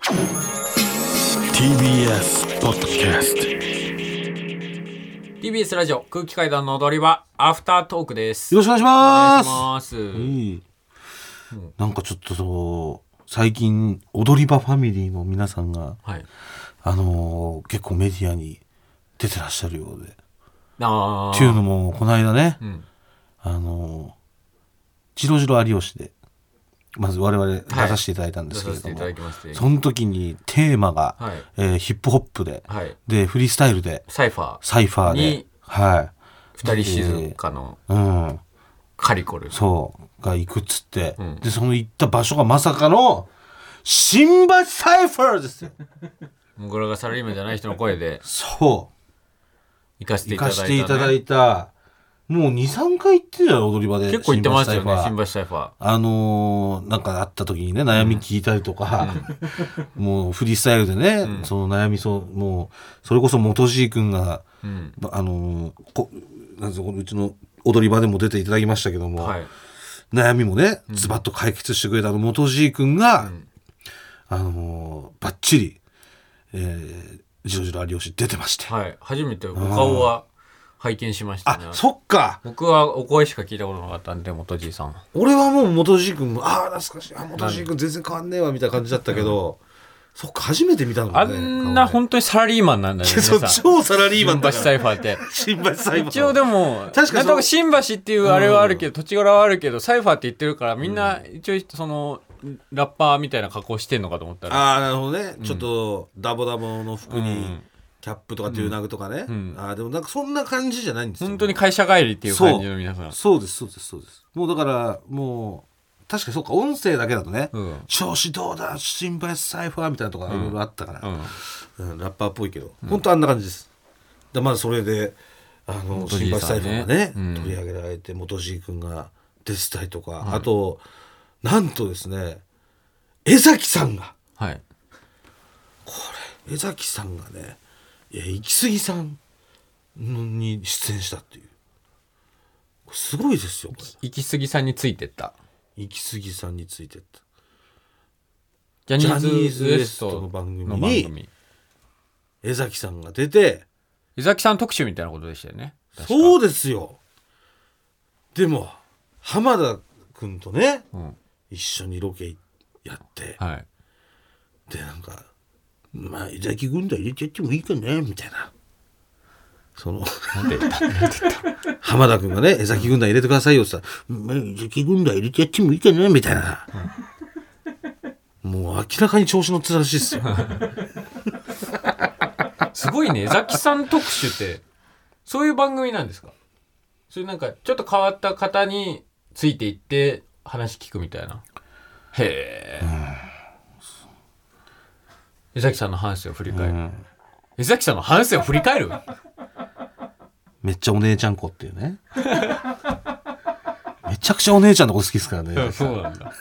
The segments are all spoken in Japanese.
TBS ポッドキャスト TBS ラジオ空気階段の踊り場アフタートークです。 よろしくお願いしお願まいしす。 ます。 なんかちょっとそう最近踊り場ファミリーの皆さんが、 はい、 結構メディアに出てらっしゃるようで、 あっていうのもこの間ね、 うん、 ジロジロ有吉でまず我々出させていただいたんですけれども、 出させていただきまして、 その時にテーマが、 はいヒップホップで、 はい、 でフリースタイルでサイファーでに、 はい、 二人静かのカリコル、 そうが行くっつって、 うん、 でその行った場所がまさかの新橋サイファーですよ。 もぐらがサラリーマンじゃない人の声でそう行かせてい行かただいた、ね、 せていただいた。もう 2,3 回行ってるじゃん踊り場で。 結構行ってますよね新橋サイファー。 なんかあった時にね悩み聞いたりとか、もうフリースタイルでね、その悩みもうそれこそ元G君が、なんぞうちの踊り場でも出ていただきましたけども、 はい、 悩みもねズバッと解決してくれた元G君が、バッチリ、ジロジロ有吉出てまして、 はい、初めてお顔は拝見しましたね。 あ、そっか。 僕はお声しか聞いたことなかったんで、元Gさん。 俺はもう元G君も懐かしい、元G君全然変わんねえわみたいな感じだったけど、そっか初めて見たのね。 あんな本当にサラリーマンなんだよね。 超サラリーマンだから。 新橋サイファーって。 新橋サイファー。 一応でも確かになんとか新橋っていうあれはあるけど、土地柄はあるけどサイファーって言ってるからみんな一応そのラッパーみたいな格好してんのかと思ったら。 なるほどね。ちょっとダボダボの服に。キャップとかトゥーナグとかね、でもなんかそんな感じじゃないんですよ、ね、 本当に会社帰りっていう感じの皆さん。 そうですもうだからもう確かにそうか音声だけだとね、調子どうだ新橋サイファーみたいなとかいろいろあったから、ラッパーっぽいけど、本当あんな感じです。でまずそれで新橋サイファーがね、取り上げられて元G君が出てたりとか、あとなんとですね江崎さんが、これ江崎さんがねイキスギさんに出演したっていう、すごいですよ。 イキスギさんについてったイキスギさんについてったジャニーズ WEST の番組に江崎さんが出て、 江崎さん特集みたいなことでしたよね。 そうですよ。でも浜田君とね、一緒にロケやって、でなんかまあ江崎軍団入れちゃってもいいかねみたいな、その浜田君がね江崎軍団入れてくださいよって言ったら、まあ、江崎軍団入れてやってもいいかねみたいな、もう明らかに調子乗ってたらしいですよ。 すごいね江崎さん特集ってそういう番組なんですか。そういうなんかちょっと変わった方についていって話聞くみたいな。へえ、江崎さんの半生を振り返る、江崎さんの半生を振り返るめっちゃお姉ちゃん子っていうねめちゃくちゃお姉ちゃんの子好きですからね。 そうなんだ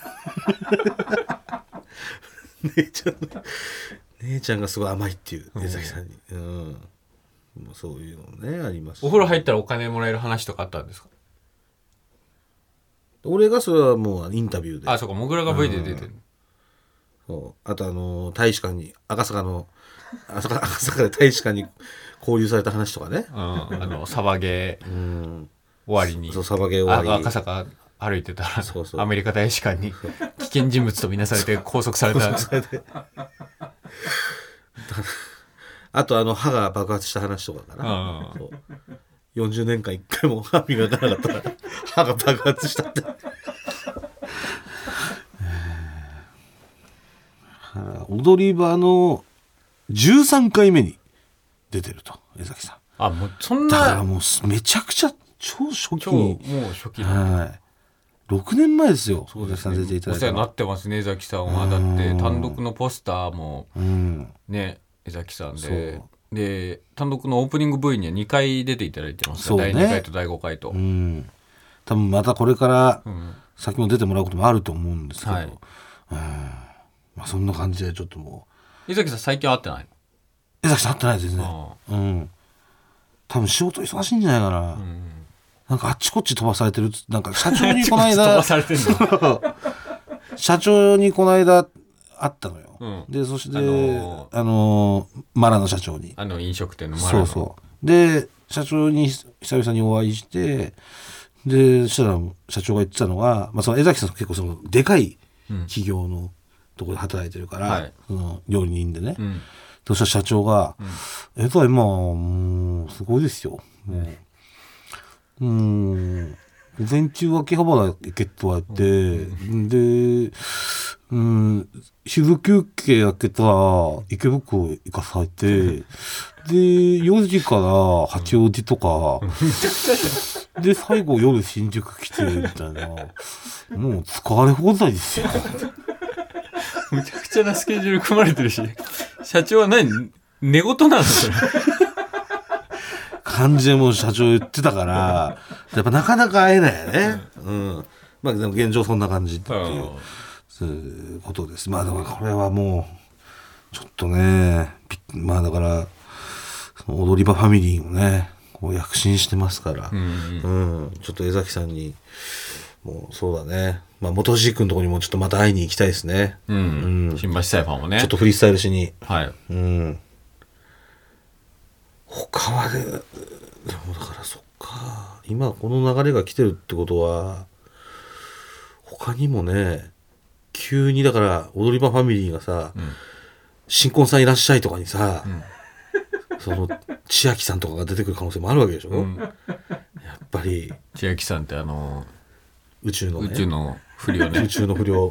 姉ちゃんがすごい甘いっていう江崎さんに、もうそういうのねあります。 お風呂入ったらお金もらえる話とかあったんですか。 俺がそれはもうインタビューで、 そうかもぐらが V で出てる、 あと大使館に赤坂で大使館に交流された話とかね、 サバゲー終わりに、 サバゲー終わり赤坂歩いてたらアメリカ大使館に危険人物とみなされて拘束されたあと歯が爆発した話とかかな、40年間1回も歯磨かなかったら歯が爆発したって踊り場の13回目に出てると江崎さん。 もうそんなだからもうめちゃくちゃ超初期に、 もう初期なんで、 6年前ですよ。 そうですね、 出ていただいたお世話になってますね江崎さんは。だって単独のポスターもね江崎さんで単独のオープニング V には2回出ていただいてますから、第2回と第5回と、 多分またこれから先も出てもらうこともあると思うんですけど、まあ、そんな感じでちょっともう江崎さん最近会ってないの。 江崎さん会ってないですね。多分仕事忙しいんじゃないかな、なんかあっちこっち飛ばされてる。なんか社長にこの間飛ばされてんの社長にこの間会ったのよ。 でそしてマラの社長に飲食店のマラのそうで社長に久々にお会いしてでそしたら社長が言ってたのが、その江崎さん結構そのでかい企業のところで働いてるから、その料理人でね、そしたら社長が「江崎もうすごいですよ。午前中は秋葉原行けと言われて、で、昼休憩開けたら池袋行かされて、で、4時から八王子とか、で、最後夜新宿来て、みたいな。もう疲れ放題ですよ。 むちゃくちゃなスケジュール組まれてるし、社長は寝言なんですよ。 感じでもう社長言ってたから、やっぱなかなか会えないよね。でも現状そんな感じっていうことです。だからこれはもうちょっとね、だから踊り場ファミリーもね、こう躍進してますから、ちょっと江崎さんにもうそうだね。元藤君のところにもちょっとまた会いに行きたいですね。 新橋サイファーもね。 ちょっとフリースタイルしに。 はい。 他はでもだからそっか、今この流れが来てるってことは他にもね、急にだから踊り場ファミリーがさ、新婚さんいらっしゃいとかにさ、その千秋さんとかが出てくる可能性もあるわけでしょ、やっぱり千秋さんって宇宙の不良ね。 宇宙の不良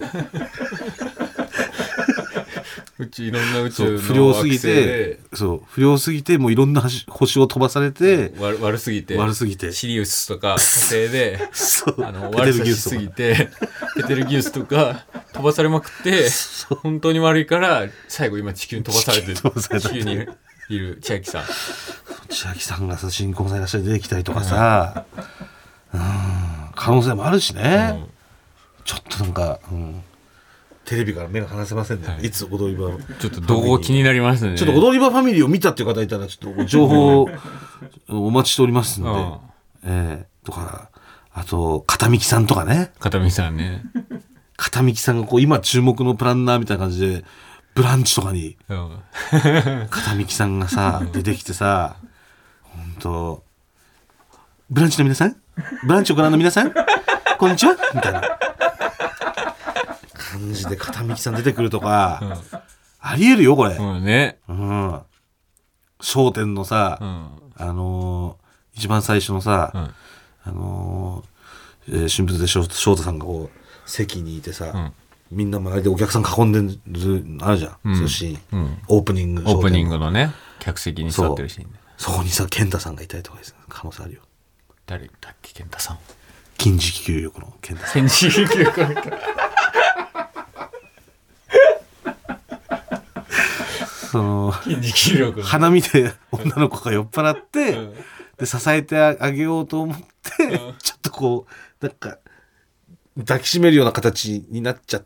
いろんな宇宙の不良すぎて、不良すぎてもういろんな星を飛ばされて、 悪すぎてシリウスとか火星で悪さしすぎてペテルギウスとか飛ばされまくって本当に悪いから最後今地球に飛ばされて地球にいる千秋さん。 千秋さんが新婚さんいらっしゃい出てきたりとかさ、可能性もあるしね、ちょっとなんか、テレビから目が離せませんね、いつ踊り場ちょっと動画気になりますね。 ちょっと踊り場ファミリーを見たっていう方いたらちょっと情報をお待ちしておりますので、とかあと片道さんとかね、 片道さんがこう今注目のプランナーみたいな感じでブランチとかに、片道さんがさ出てきてさ、本当ブランチの皆さん、ブランチをご覧の皆さんこんにちはみたいな感じで片道さん出てくるとか、ありえるよこれ。笑点のさ、一番最初のさ、春風で翔太さんがこう席にいてさ、みんな周りでお客さん囲んでるあるじゃん、そういうシーン、オープニングのね、客席に座ってるシーンで、 そこにさ健太さんがいたりとかですね、可能性あるよ。 誰だっけ、健太さん。 金持久力の健太さん。 金持久力の金持久力の花見で女の子が酔っ払って、で支えてあげようと思って、ちょっとこうなんか抱きしめるような形になっちゃって、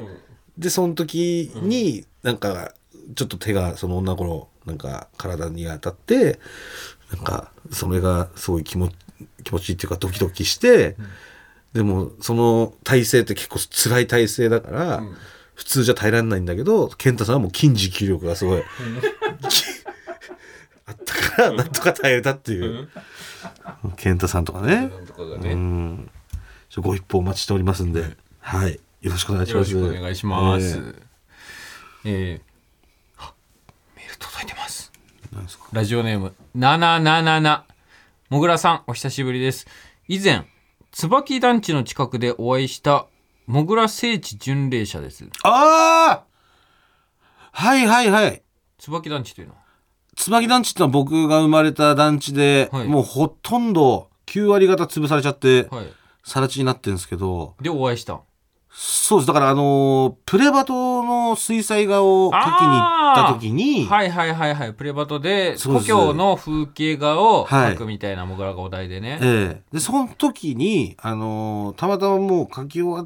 でその時になんかちょっと手がその女の子のなんか体に当たって、なんかそれがすごい気持ちいいっていうかドキドキして、でもその体勢って結構辛い体勢だから、普通じゃ耐えられないんだけど、健太さんはもう筋持久力がすごいあったからなんとか耐えれたっていう、健太さんとかね、ご一報お待ちしておりますんで、はい、よろしくお願いします。 よろしくお願いします。メール届いてます。 何ですか。 ラジオネーム777、もぐらさんお久しぶりです。以前椿団地の近くでお会いしたもぐら聖地巡礼者です。 ああ、はいはいはい。 椿団地というのは、 椿団地ってのは僕が生まれた団地で、もうほとんど9割方潰されちゃって、更地になってるんですけど、 でお会いした。 そうです。だからプレバトの水彩画を描きに行った時に、 プレバトで故郷の風景画を描くみたいな、もぐらがお題でね、 でその時にたまたまもう描き終わって、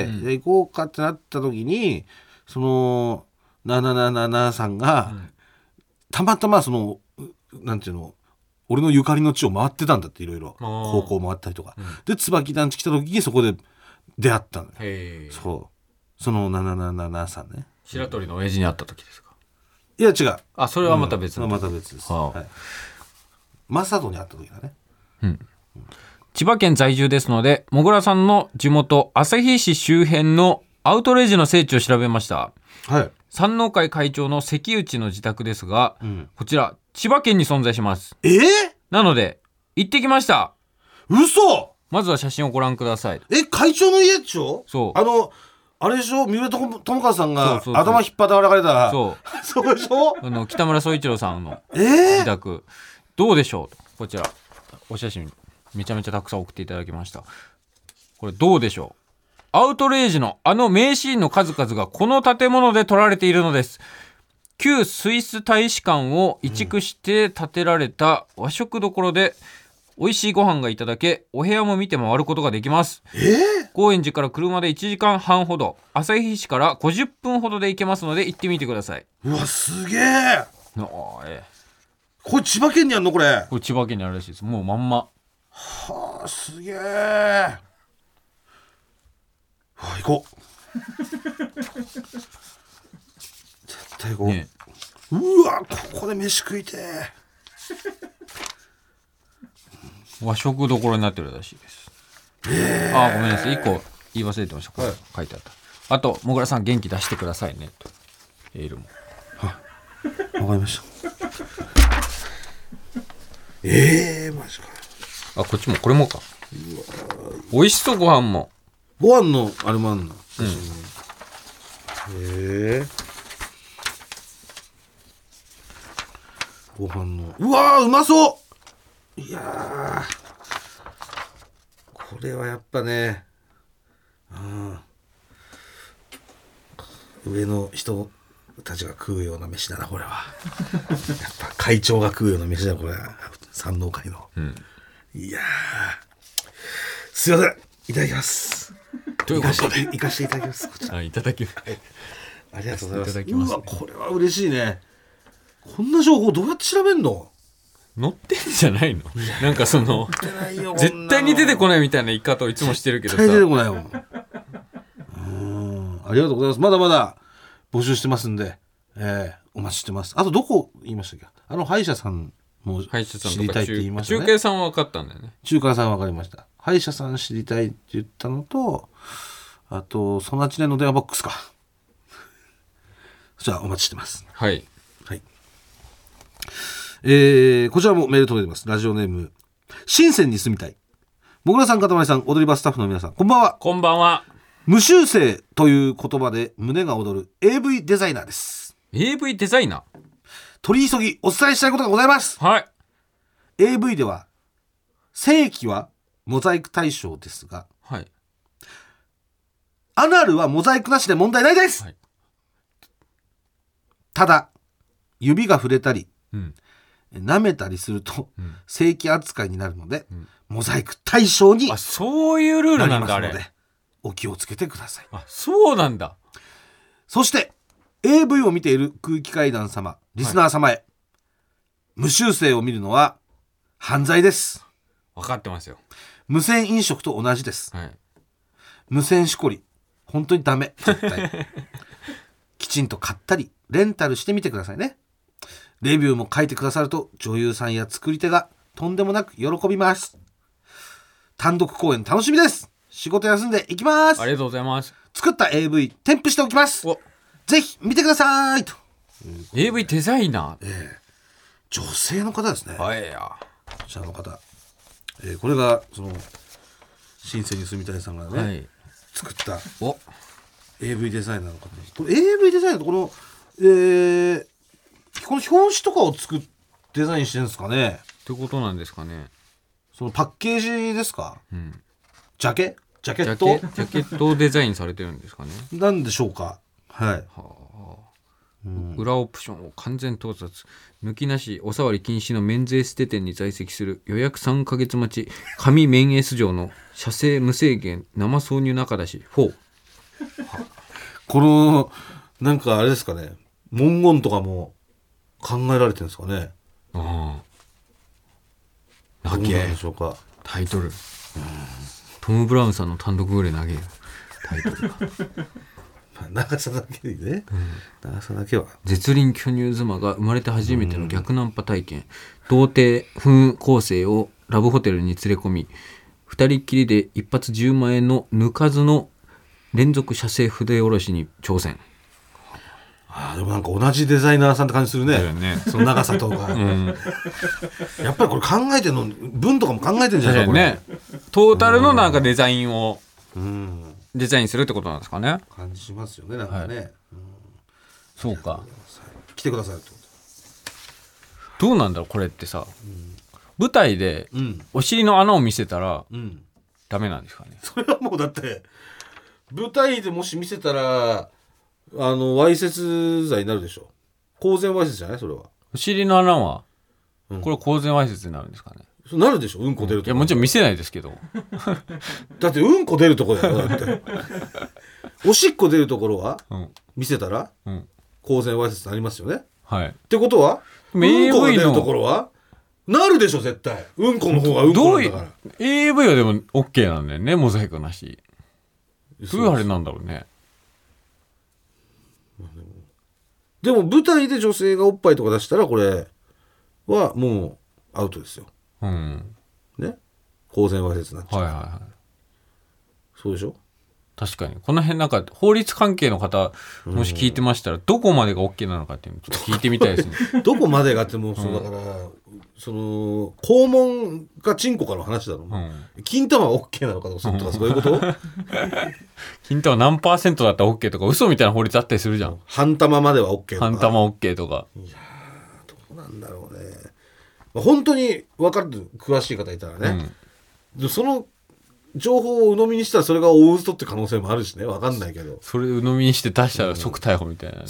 行こうかってなった時に、その777さんが、たまたまそのなんていうの、俺のゆかりの地を回ってたんだって、いろいろ高校回ったりとか、で椿団地来た時にそこで出会ったのよ。その777さんね。 白鳥の親父に会った時ですか？ いや違う。 あ、それはまた別の、 また別です。 はあ、 はい。マサドに会った時だね。 うん。千葉県在住ですので、もぐらさんの地元旭市周辺のアウトレイジの聖地を調べました。 はい。 山王会会長の関内の自宅ですが、こちら千葉県に存在します。なので行ってきました。 嘘。 まずは写真をご覧ください。 会長の家でしょ？ そう。 あれでしょ、三浦友和さんが頭引っ張られた。そうでしょ。 北村総一郎さんの自宅、どうでしょう。こちらお写真めちゃめちゃたくさん送っていただきました。これどうでしょう。アウトレイジの名シーンの数々がこの建物で撮られているのです。旧スイス大使館を移築して建てられた和食処で、美味しいご飯がいただけ、お部屋も見て回ることができます。高円寺から車で1時間半ほど、旭市から50分ほどで行けますので行ってみてください。 うわ、すげえ。これ千葉県にあるの？これ千葉県にあるらしいです。もうまんま。 はあ、すげえ。はあ、行こう。絶対行こう、ね、うわ、ここで飯食いて和食どころになってるらしいです。あ、ごめんなさい、1個言い忘れてました。これ、書いてあった。あと、もぐらさん元気出してくださいねとエールも。 わかりました。マジか。 あ、こっちもこれもか。美味しそう。ご飯も。 ご飯のあれもあんの。ご飯の。うわー、うまそう。いやー、これはやっぱね、上の人たちが食うような飯だな、これは。やっぱ会長が食うような飯だ、これ。山王会の。いやー、すいません、いただきます。 ということで行かしていただきます。 いただきます。 ありがとうございます。うわ、これは嬉しいね。こんな情報どうやって調べんの？ 載ってんじゃないの？なんかその絶対に出てこないみたいな言い方をいつもしてるけどさ。 絶対出てこないもん。ありがとうございます。まだまだ募集してますんで、お待ちしてます。あとどこ言いましたっけ？歯医者さんも知りたいって言いましたね。 中継さんは分かったんだよね。 中華さんは分かりました。歯医者さん知りたいって言ったのと、あとその1年の電話ボックスか。じゃあお待ちしてます。 はい。 はい。こちらもメール届いてます。ラジオネーム深センに住みたい。もぐらさん、かたまりさん、踊り場スタッフの皆さん、こんばんは。 こんばんは。 無修正という言葉で胸が躍る AV デザイナーです。 AV デザイナー、 取り急ぎお伝えしたいことがございます。 はい。 AV では性器はモザイク対象ですが、 はい、 アナルはモザイクなしで問題ないです、はい、ただ指が触れたり、舐めたりすると、性器扱いになるので、モザイク対象になりますので、 そういうルールなんだあれ。 お気をつけてください。 あ、そうなんだ。 そして AV を見ている空気階段様、リスナー様へ、無修正を見るのは犯罪です。 分かってますよ。 無線飲食と同じです、無線しこり本当にダメ。絶対きちんと買ったりレンタルしてみてくださいね。レビューも書いてくださると女優さんや作り手がとんでもなく喜びます。単独公演楽しみです。仕事休んでいきます。 ありがとうございます。 作った AV 添付しておきます。ぜひ見てくださいと。 AV デザイナー、 女性の方ですね。 はいや、 こちらの方、これがその新鮮に住みたいさんがね、作ったAV デザイナーの方です。これ AV デザイナーとこの表紙とかをデザインしてるんですかね。 ってことなんですかね。 そのパッケージですか、ジャケットをデザインされてるんですかね。 なんでしょうか。はい。 裏オプションを完全盗撮、抜きなしお触り禁止の免税ステ店に在籍する予約3ヶ月待ち紙免エス上の射精無制限生挿入中出し4。 このなんかあれですかね、文言とかも考えられてるんですかね。 ああ、 どうなんでしょうか。 タイトル、トム・ブラウンさんの単独売れ投げるタイトルが長さだけにね、長さだけは。 絶倫巨乳妻が生まれて初めての逆ナンパ体験、童貞風構成をラブホテルに連れ込み、二人っきりで一発10万円の抜かずの連続写生筆下ろしに挑戦。 でもなんか同じデザイナーさんって感じする ねその長さとか、やっぱりこれ考えてるの、文とかも考えてるんじゃないですかね。 トータルのなんかデザインをデザインするってことなんですかね。 感じしますよね、なんかね、 そうか、 来てくださいってこと。 どうなんだろうこれってさ、舞台でお尻の穴を見せたらダメなんですかね。 それはもうだって舞台でもし見せたらわいせつ罪になるでしょ。公然わいせつじゃないそれは。 お尻の穴は、これ公然わいせつになるんですかね。 なるでしょ、うんこ出るとこ、 いやもちろん見せないですけどだってうんこ出るところだよ。だっておしっこ出るところは、見せたら、公然わいせつになりますよね。 はい。 ってことはうんこが出るところはなるでしょ絶対。うんこの方がうんこなんだから。 AV はでも OK なんだよね、モザイクなし。どういうあれなんだろうね。 でも舞台で女性がおっぱいとか出したらこれはもうアウトですよ。ね、公然わいせつになっちゃう。そうでしょ。 確かにこの辺なんか法律関係の方もし聞いてましたら、どこまでが OK なのかっていうのをちょっと聞いてみたいですねどこまでがってもうそうだから、その肛門かチンコかの話だろ、金玉は OK なのかとかそういうこと金玉何%だったら OK とか嘘みたいな法律あったりするじゃん。 半玉までは OK とか。 半玉 OK とか。 いやどうなんだろうね。本当に分かる詳しい方いたらね、その情報を鵜呑みにしたらそれが大嘘って可能性もあるしね、分かんないけど、 それ鵜呑みにして出したら即逮捕みたいな、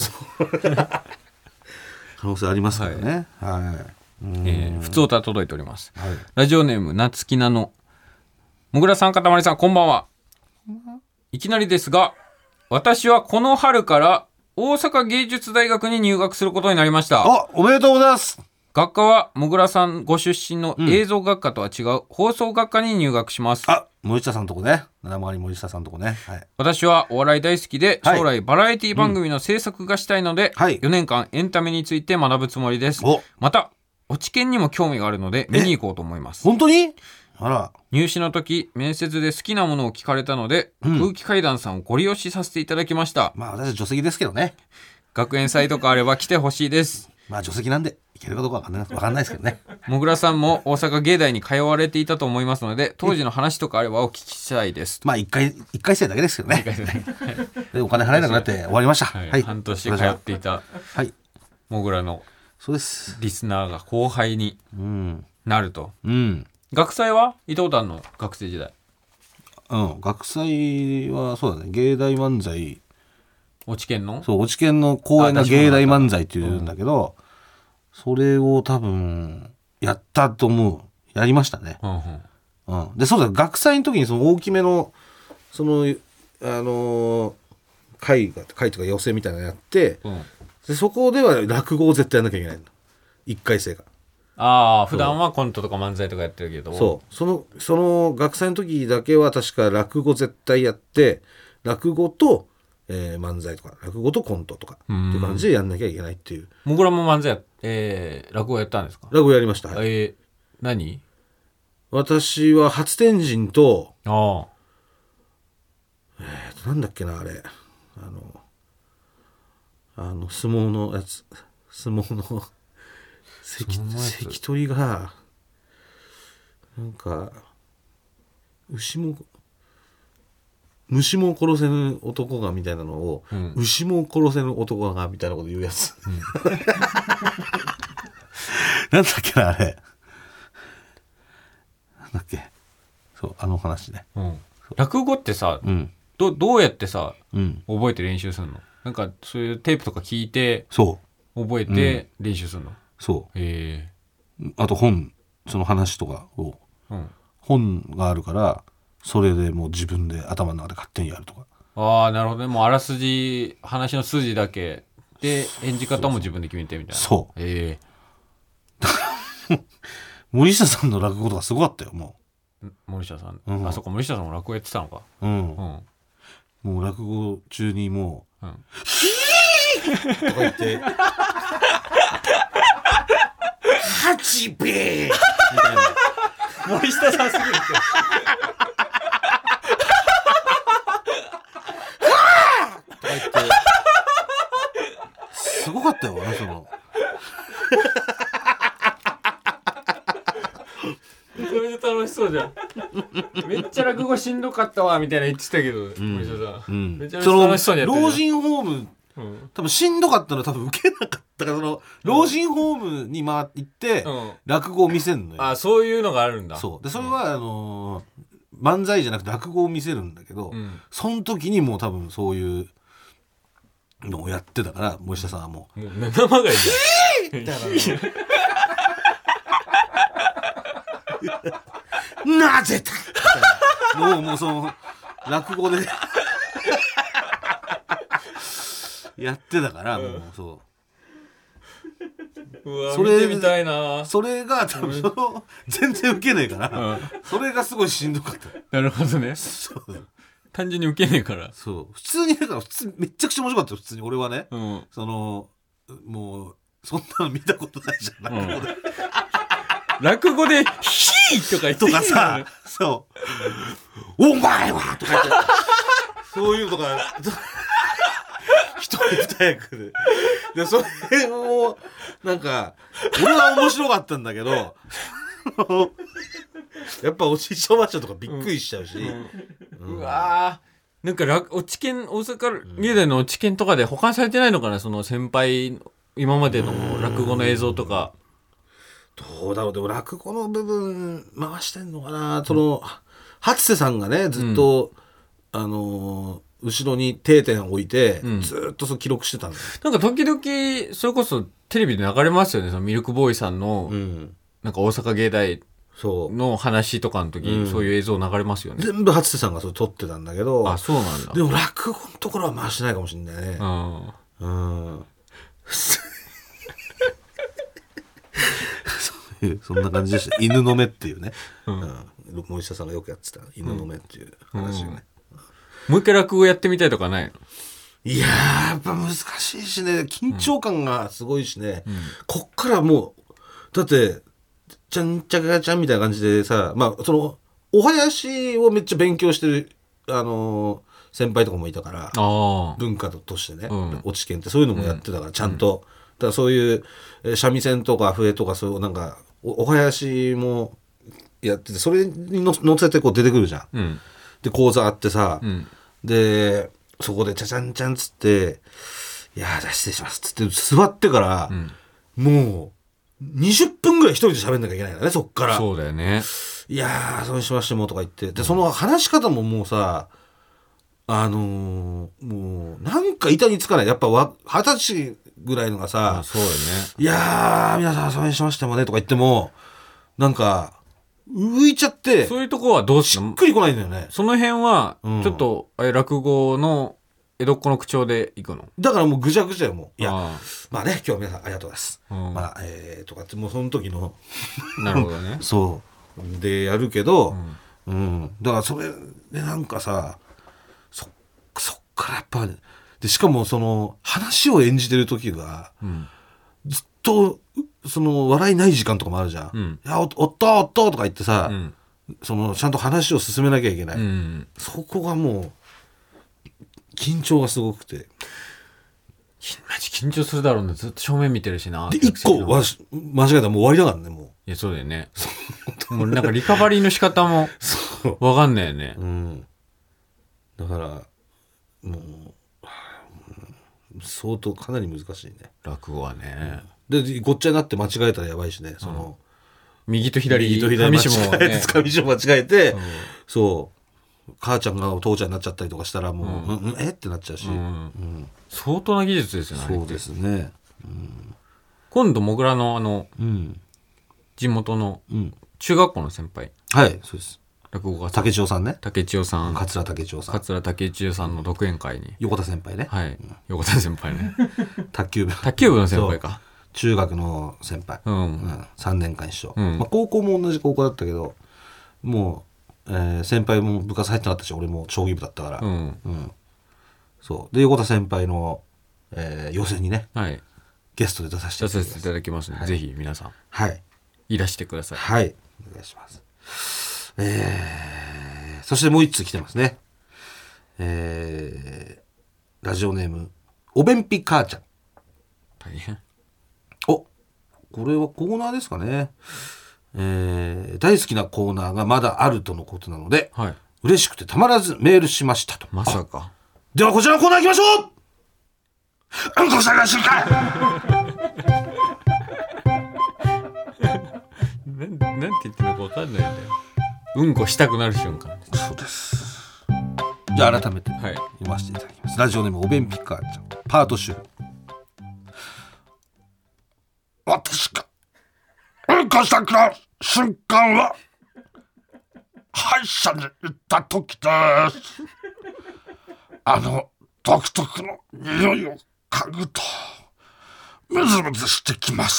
可能性ありますからね。 普通歌届いております、ラジオネームなつきなの。もぐらさん、かたまりさん、こんばんは。いきなりですが、私はこの春から大阪芸術大学に入学することになりました。 おめでとうございます。 学科はもぐらさんご出身の映像学科とは違う放送学科に入学します。 森下さんのとこね。七曲森下さんのとこね。 私はお笑い大好きで、将来バラエティ番組の制作がしたいので、4年間エンタメについて学ぶつもりです。また落研にも興味があるので見に行こうと思います。 本当に？あら。 入試の時面接で好きなものを聞かれたので、空気階段さんをご利用しさせていただきました。 私は助席ですけどね。 学園祭とかあれば来てほしいです。 助席なんでいけるかどうかわかんないですけどね。 もぐらさんも大阪芸大に通われていたと思いますので、当時の話とかあればお聞きしたいです。 一回生だけですけどね。でお金払えなくなって終わりました。 半年通っていたもぐらのリスナーが後輩になると。学祭は行ったことあるの？学生時代。 学祭はそうだね。芸大漫才、 落研の？ そう、落研の公演が芸大漫才っていうんだけど、それを多分やったと思う。やりましたね。で、そうだ、学祭の時にその大きめのその会とか寄席みたいなのやって、でそこでは落語を絶対やんなきゃいけないの。1回生が。 普段はコントとか漫才とかやってるけど、 その学祭の時だけは確か落語絶対やって、落語と、漫才とか落語とコントとかっていう感じでやんなきゃいけないっていう。 もぐらも漫才落語やったんですか？ 落語やりました。 何？ 私は初天神となんだっけな、あれ相撲のやつ、相撲の関取がなんか虫も殺せぬ男がみたいなのを、牛も殺せぬ男がみたいなこと言うやつ、なんだっけな、あれなんだっけ、そう、話ね、 落語ってさ、どうやってさ、覚えて練習するの？なんかそういうテープとか聞いて覚えて練習するの？ そう。あとその話とかを、本があるからそれでもう自分で頭の中で勝手にやるとか。 なるほどね。もうあらすじ、話の筋だけで演じ方も自分で決めてみたいな。 そう。森下さんの落語とかすごかったよ。もう森下さん、そっか、森下さんも落語やってたのか。 もう落語中にもうヒーとか言って八兵衛みたいな森下さんすぎるってとか言ってすごかったよそのめちゃめちゃ楽しそうじゃんめっちゃ落語しんどかったわみたいな言ってたけど、森下さん、めちゃめちゃ楽しそうにやってる。 老人ホーム、多分しんどかったの多分受けなかったからその老人ホームに行って、落語を見せるのよ。 あ、そういうのがあるんだ。 そうでそれは、漫才じゃなくて落語を見せるんだけど、その時にもう多分そういうのをやってたから森下さんはもう生がいいじゃんなぜだもうその落語でやってたからもうそううわ見てみたいな。 それが多分全然ウケねえから、それがすごいしんどかった。 なるほどね。そう単純にウケねえから。 そう普通にだから普通めっちゃくちゃ面白かったよ普通に俺はね、そのもうそんなの見たことないじゃん、 落語でヒーとか言ってとかさ、そうお前はとか言ってそういうとか一人二役でそれをなんか俺は面白かったんだけどやっぱおじいちゃんおばあちゃんとかびっくりしちゃうし、 うわーなんか落研大阪芸大の落研とかで保管されてないのかな、その先輩今までの落語の映像とか。 どうだろう。でも落語の部分回してんのかな、その初瀬さんがねずっと、後ろに定点を置いて、ずっとそう記録してたんだよ。 なんか時々それこそテレビで流れますよね、そのミルクボーイさんの、なんか大阪芸大の話とかの時、そういう映像流れますよね。 全部初瀬さんがそれ撮ってたんだけど。 あ、そうなんだ。 でも落語のところは回してないかもしれないね。そんな感じでした犬の目っていうね、森下さんがよくやってた犬の目っていう話をね、 もう一回落語やってみたいとかないの？ いやーやっぱ難しいしね、緊張感がすごいしね、こっからもうだってちゃんちゃかちゃんみたいな感じでさ、まあそのお囃子をめっちゃ勉強してる先輩とかもいたから、文化としてね、落ち研ってそういうのもやってたから、ちゃんとだからそういう三味線とか笛とかそういうなんかお囃子もやってて、それに乗せてこう出てくるじゃん、で講座あってさ、でそこでチャチャンチャンつっていやー失礼しますつって座ってから、もう20分ぐらい一人で喋んなきゃいけないからね、そっから。 そうだよね。 いやーそれしましてもとか言って、でその話し方ももうさもうなんか板につかない。やっぱ20歳ぐらいのがさ、 そうだね、 いやー皆さんそれにしましてもねとか言ってもなんか浮いちゃって、 そういうとこはどうしっくりこないんだよね。 その辺はちょっと、落語の江戸っ子の口調でいくの？ だからもうぐちゃぐちゃよもう。いやまあね今日皆さんありがとうございます、まあとかってもうその時のなるほどねそうでやるけど、だからそれでなんかさそっからやっぱでしかもその話を演じてる時が、ずっとその笑いない時間とかもあるじゃん、いやおっととか言ってさ、そのちゃんと話を進めなきゃいけない、そこがもう緊張がすごくてマジ緊張するだろうね、ずっと正面見てるしな。 で一個間違えたらもう終わりだからねもう。 いやそうだよねもうなんかリカバリーの仕方も分かんないよね。 だからもう相当かなり難しいね落語はね、 でごっちゃになって間違えたらやばいしね、その右と左上下間違えて、そう母ちゃんがお父ちゃんになっちゃったりとかしたらもう、えってなっちゃうし、 相当な技術ですよね。 そうですね、 今度もぐらの地元の中学校の先輩、 はいそうです、 落語家竹千代さんね、 竹千代さん、 桂竹千代さん、 桂竹千代さんの独演会に横田先輩ね、 はい横田先輩ね卓球部の先輩か、 中学の先輩、3年間一緒、高校も同じ高校だったけどもう、先輩も部活入ってなかったし俺も将棋部だったから、 そうで横田先輩の、予選にね、 はい、 ゲストで出させていただきますので、はい、ぜひ皆さん、 はい、 いらしてください。 はい、お願いします。そしてもう一通来てますね。ラジオネームおべんぴ母ちゃん。 大変。 これはコーナーですかね。大好きなコーナーがまだあるとのことなので、はい、嬉しくてたまらずメールしましたと。 まさか。 ではこちらのコーナー行きましょう。うんこしたらしいかい。 なんて言ってるのか分かんないんだよ。うんこしたくなる瞬間。 そうです。じゃあ改めて読ませていただきます。ラジオネームおべんぴ母ちゃん、パート主婦。私がうんこしたくなる瞬間は歯医者に行った時です。独特の匂いを嗅ぐとムズムズしてきます。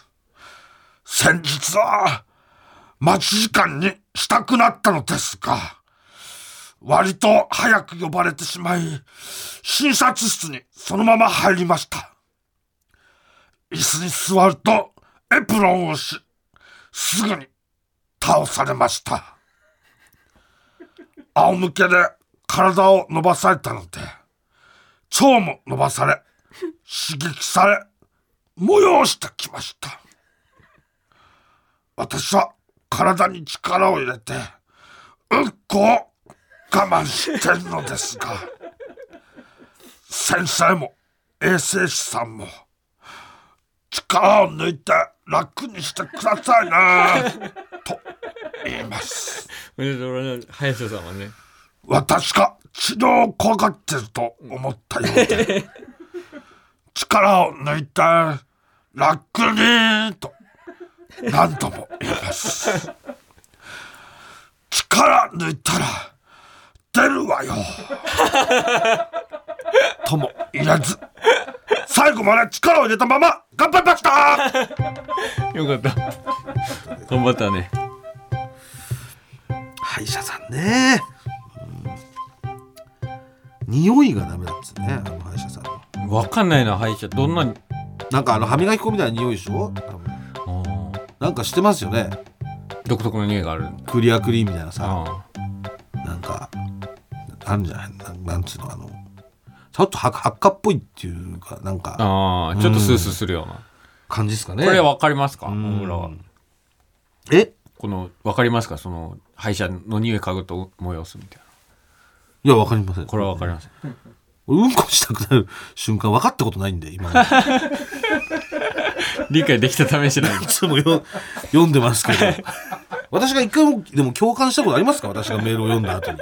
先日は待ち時間にしたくなったのですが、割と早く呼ばれてしまい、診察室にそのまま入りました。椅子に座るとエプロンをし、すぐに倒されました。仰向けで体を伸ばされたので、腸も伸ばされ、刺激され、催してきました。私は体に力を入れて、うんこを我慢してるのですが、先生も衛生士さんも、力を抜いて楽にしてくださいなと言います。 林田さんはね、 私が治療を怖がってると思ったようで、力を抜いて楽にと何度も言います。力抜いたら出るわよとも言えず、最後まで力を入れたまま頑張りました。 よかった、頑張ったね。 歯医者さんね、匂いがダメだっつね、歯医者さんの。 分かんないな、歯医者どんな、 なんか歯磨き粉みたいな匂いでしょ。なんかしてますよね、 独特の匂いがある。 クリアクリーンみたいなさ、なんかあるんじゃない、なんつうの、ちょっと発火っぽいっていうか、なんかちょっとスースーするような感じですかね。 これ分かりますか、小村は。 この分かりますか、その歯医者の匂い嗅ぐと催すみたいな。 いや、分かりません。 これは分かりません。 うんこしたくなる瞬間分かったことないんで、今まで理解できた試しない。 いつも読んでますけど私が一回もでも共感したことありますか。私がメールを読んだ後に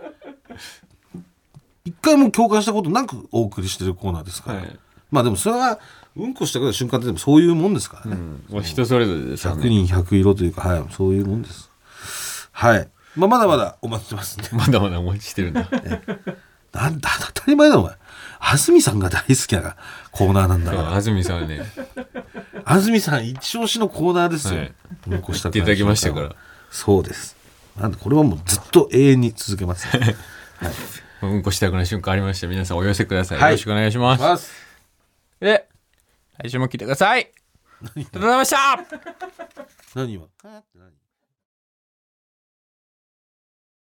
一回も共感したことなくお送りしてるコーナーですから、まあでもそれはうんこしたくなる瞬間ってでもそういうもんですからね、 人それぞれですよね。 100人100色というか、はい、そういうもんです。はい、まだまだお待ちしてますね。 まだまだお待ちしてるんだ。 なんだ当たり前だお前。安住さんが大好きなコーナーなんだから。 安住さんはね、 安住さん一押しのコーナーですよ。うんこしたくなる瞬間。 言っていただきましたから。 そうです。なんでこれはもうずっと永遠に続けます、はい、 うんこしたくなる瞬間ありましたら皆さんお寄せください、よろしくお願いします。来週も来てください。ありがとうございました。 何今